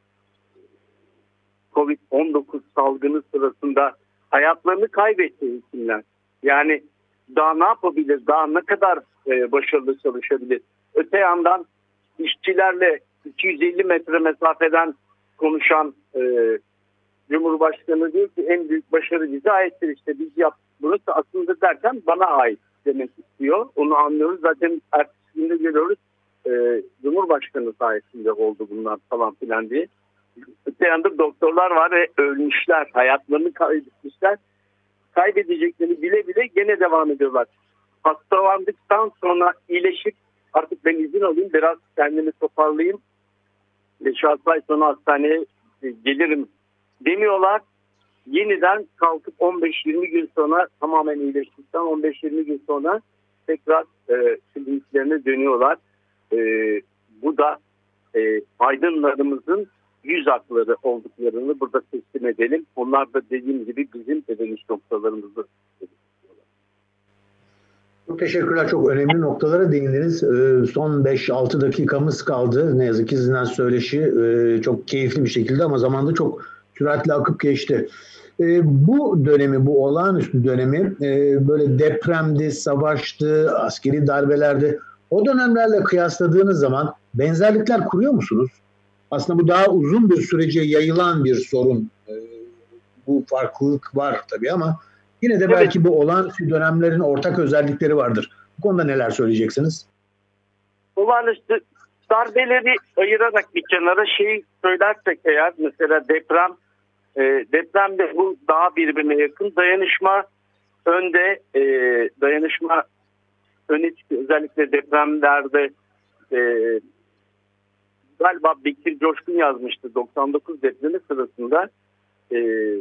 kovid on dokuz salgını sırasında hayatlarını kaybetti hekimler. Yani daha ne yapabilir, daha ne kadar e, başarılı çalışabilir? Öte yandan işçilerle iki yüz elli metre mesafeden konuşan e, Cumhurbaşkanı diyor ki en büyük başarı bize aittir, işte biz yaptık bunu, aslında derken bana ait demek istiyor. Onu anlıyoruz. Zaten ertesi günde görüyoruz e, Cumhurbaşkanı sayesinde oldu bunlar falan filan diye. Öte yanda doktorlar var ve ölmüşler, hayatlarını kaybetmişler. Kaybedeceklerini bile bile gene devam ediyorlar. Hastalandıktan sonra iyileşip artık ben izin alayım, biraz kendimi toparlayayım, beş altı ay sonra hastaneye gelirim demiyorlar. Yeniden kalkıp on beş yirmi gün sonra, tamamen iyileştikten on beş yirmi gün sonra tekrar e, kliniklerine dönüyorlar. E, bu da e, aydınlarımızın yüz hakları olduklarını burada teslim edelim. Onlar da dediğim gibi bizim direniş noktalarımızı. Çok teşekkürler. Çok önemli noktalara değindiniz. Ee, son beş altı dakikamız kaldı. Ne yazık ki sizinle söyleşi e, çok keyifli bir şekilde ama zamanda çok süratle akıp geçti. E, bu dönemi, bu olağanüstü dönemi e, böyle depremdi, savaştı, askeri darbelerde, o dönemlerle kıyasladığınız zaman benzerlikler kuruyor musunuz? Aslında bu daha uzun bir sürece yayılan bir sorun. E, bu farklılık var tabii ama yine de belki evet, bu olağanüstü dönemlerin ortak özellikleri vardır. Bu konuda neler söyleyeceksiniz? Olağanüstü darbeleri ayırarak bir kenara şey söylersek eğer, mesela deprem, e, depremde bu daha birbirine yakın, dayanışma önde, e, dayanışma öne çıkıyor. Özellikle depremlerde e, galiba Bekir Coşkun yazmıştı doksan dokuz depremi sırasında. E,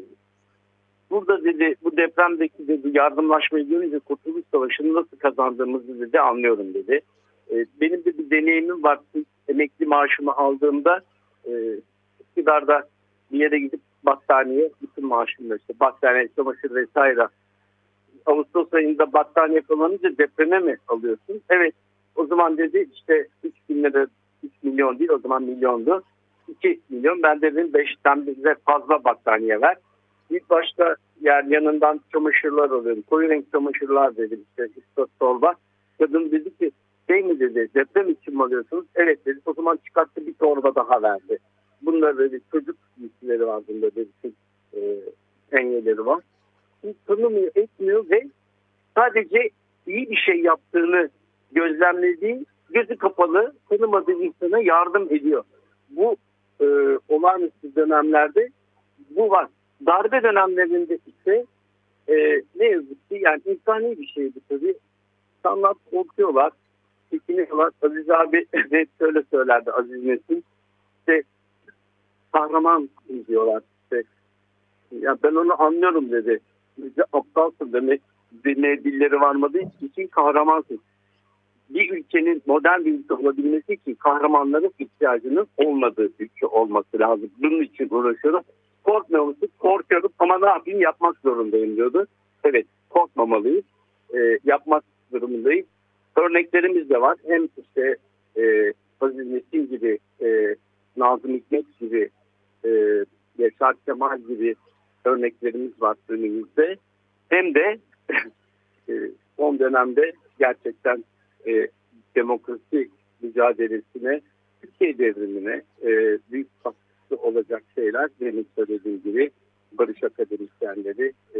burada dedi, bu depremdeki dedi yardımlaşmayı görünce Kurtuluş Savaşı'nı nasıl kazandığımızı dedi anlıyorum dedi. E, benim de bir deneyimim var. Emekli maaşımı aldığımda e, iktidarda bir yere gidip battaniye, bütün maaşımda işte battaniye, çamaşır vesaire. Ağustos ayında battaniye kullanınca depreme mi alıyorsun? Evet. O zaman dedi işte üç bin lira, üç milyon değil, o zaman milyondu. iki milyon. Ben dedim beşten bize fazla battaniye ver. İlk başta yani yanından çamaşırlar alıyorum. Koyu renk çamaşırlar dedim, işte istot torba. Kadın dedi ki şey mi dedi, deprem için mi alıyorsunuz? Evet dedi. O zaman çıkarttı, bir torba daha verdi. Bunlar dedi çocuk giysileri var bunda dedi. E, engelleri var. Hiç tanımıyor, etmiyor ve sadece iyi bir şey yaptığını gözlemlediği, gözü kapalı, tanımadığı insana yardım ediyor. Bu e, olağanüstü dönemlerde bu var. Darbe dönemlerinde ise e, ne yazık ki yani insani bir şeydi tabii. İnsanlar korkuyorlar, çekiniyorlar. Aziz abi hep şöyle söylerdi, Aziz Nesin. İşte kahraman diyorlar. İşte, ya ben onu anlıyorum dedi. Bize aptalsın demek, demeye dilleri varmadığı için kahramansın. Bir ülkenin modern bir ülke olabilmesi için kahramanların ihtiyacının olmadığı bir ülke olması lazım. Bunun için uğraşıyoruz. Korkmuyor musun? Korkuyorum ama ne yapayım, yapmak zorundayım diyordu. Evet, korkmamalıyız. E, yapmak durumundayız. Örneklerimiz de var. Hem işte e, Aziz Nesin gibi, e, Nazım Hikmet gibi, e, Yaşar Kemal gibi örneklerimiz var önümüzde. Hem de e, son dönemde gerçekten e, demokrasi mücadelesine, Türkiye devrimine e, büyük katkısı olacak şeyler. Benim söylediğim gibi barış akademisyenleri, e,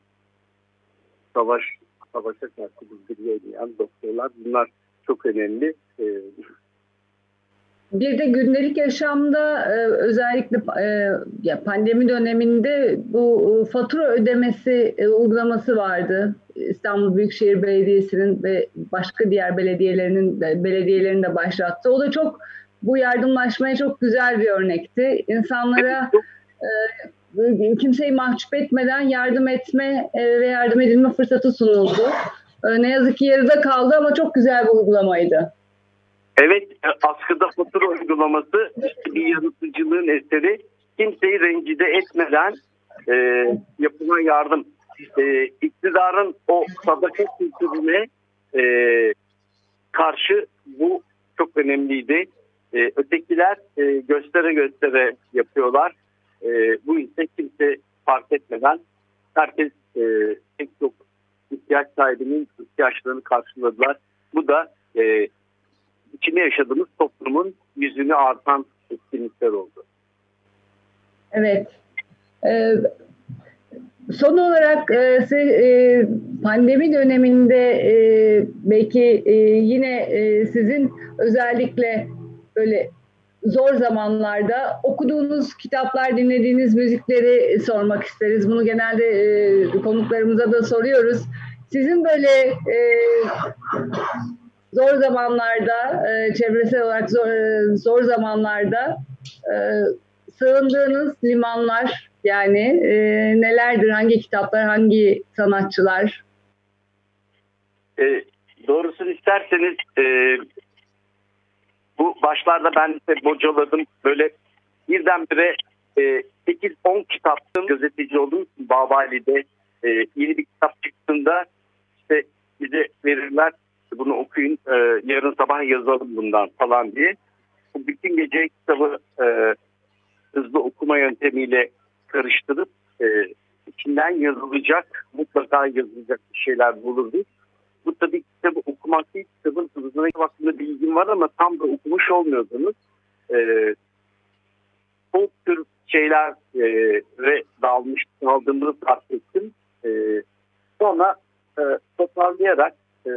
savaş savaşa karşı bilgi yayınlayan doktorlar, bunlar çok önemli. E, Bir de gündelik yaşamda özellikle pandemi döneminde bu fatura ödemesi uygulaması vardı. İstanbul Büyükşehir Belediyesi'nin ve başka diğer belediyelerinin belediyelerin de başlattığı. O da çok, bu yardımlaşmaya çok güzel bir örnekti. İnsanlara kimseyi mahcup etmeden yardım etme ve yardım edilme fırsatı sunuldu. Ne yazık ki yarıda kaldı ama çok güzel bir uygulamaydı. Evet, askıda fatura uygulaması bir yaratıcılığın eseri. Kimseyi rencide etmeden e, yapılan yardım. E, iktidarın o sadaka kültürüne e, karşı bu çok önemliydi. E, ötekiler e, göstere göstere yapıyorlar. E, bu ise kimse fark etmeden herkes e, tek çok ihtiyaç sahibinin ihtiyaçlarını karşıladılar. Bu da e, içinde yaşadığımız toplumun yüzünü artan etkinlikler oldu. Evet. Ee, son olarak e, e, pandemi döneminde e, belki e, yine e, sizin özellikle böyle zor zamanlarda okuduğunuz kitaplar, dinlediğiniz müzikleri sormak isteriz. Bunu genelde e, konuklarımıza da soruyoruz. Sizin böyle e, zor zamanlarda, e, çevresel olarak zor, e, zor zamanlarda e, sığındığınız limanlar yani e, nelerdir? Hangi kitaplar, hangi sanatçılar? E, doğrusunu isterseniz e, bu başlarda ben de bocaladım. Böyle birdenbire e, sekiz on kitaptım. Gazeteci oldum. Babali'de e, yeni bir kitap çıktığında işte bize verirler. Bunu okuyun. E, yarın sabah yazalım bundan falan diye. Bu bütün gece kitabı e, hızlı okuma yöntemiyle karıştırıp e, içinden yazılacak, mutlaka yazılacak bir şeyler bulurduk. Bu tabii kitabı okumak değil, kitabın hızına hakkında bilgim var ama tam da okumuş olmuyordunuz. Ee, o tür şeyler e, ve dalmış kaldığımızı fark ettim. E, sonra e, toparlayarak e,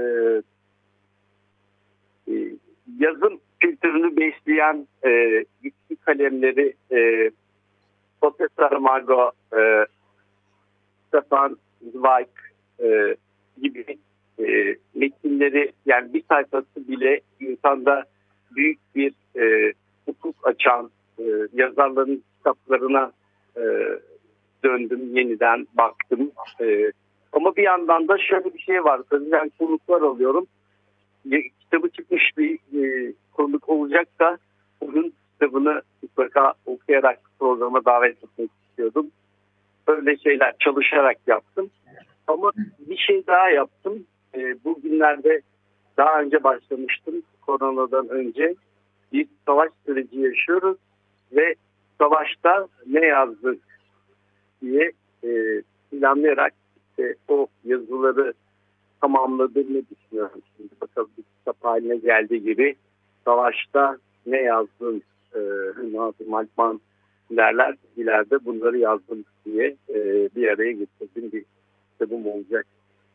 e, yazım kültürünü besleyen e, güçlü kalemleri e, Profesör Margot, e, Stefan Zweig e, gibi E, metinleri, yani bir sayfası bile insanda büyük bir e, ufuk açan e, yazarların kitaplarına e, döndüm, yeniden baktım. E, ama bir yandan da şöyle bir şey var. Ben konuklar alıyorum. E, kitabı çıkmış bir e, konuk olacaksa onun kitabını mutlaka okuyarak programa davet etmek istiyordum. Böyle şeyler çalışarak yaptım. Ama bir şey daha yaptım. Bugünlerde daha önce başlamıştım, koronadan önce. Bir savaş süreci yaşıyoruz ve savaşta ne yazdık diye e, planlayarak işte o yazıları tamamladığımı düşünüyorum. Şimdi bakalım bir kitap haline geldiği gibi savaşta ne yazdın e, Nazım Alpman derler, ileride bunları yazdım diye e, bir araya getirdim, bir kitabım olacak.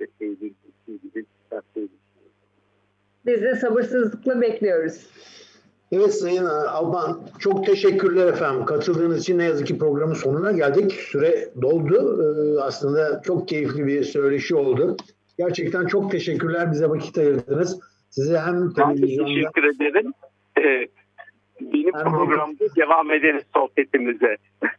Biz de sabırsızlıkla bekliyoruz. Evet Sayın Alban, çok teşekkürler efendim. Katıldığınız için ne yazık ki programın sonuna geldik. Süre doldu. Ee, aslında çok keyifli bir söyleşi oldu. Gerçekten çok teşekkürler. Bize vakit ayırdınız. Size hem televizyonda... Teşekkür ederim. Ee, benim hem programda de... devam ederiz sohbetimize.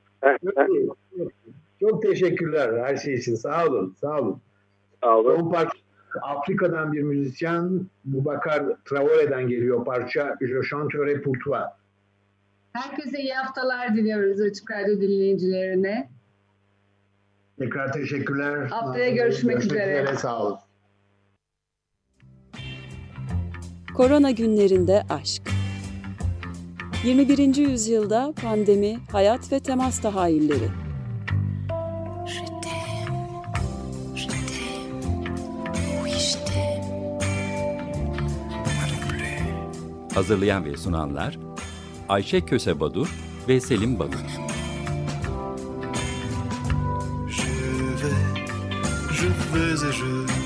Çok teşekkürler her şey için. Sağ olun. Sağ olun. Sağ olun. Son parça Afrika'dan bir müzisyen Boubacar Traore'den geliyor parça Je chanterai pour toi. Herkese iyi haftalar diliyoruz Açık Radyo dinleyicilerine. Tekrar teşekkürler. Haftaya görüşmek, görüşmek üzere. üzere. Sağ olun. Korona günlerinde aşk. yirmi birinci yüzyılda pandemi, hayat ve temas tahayyülleri. Hazırlayan ve sunanlar Ayşe Köse Badur ve Selim Badur. Je vais, je vais et je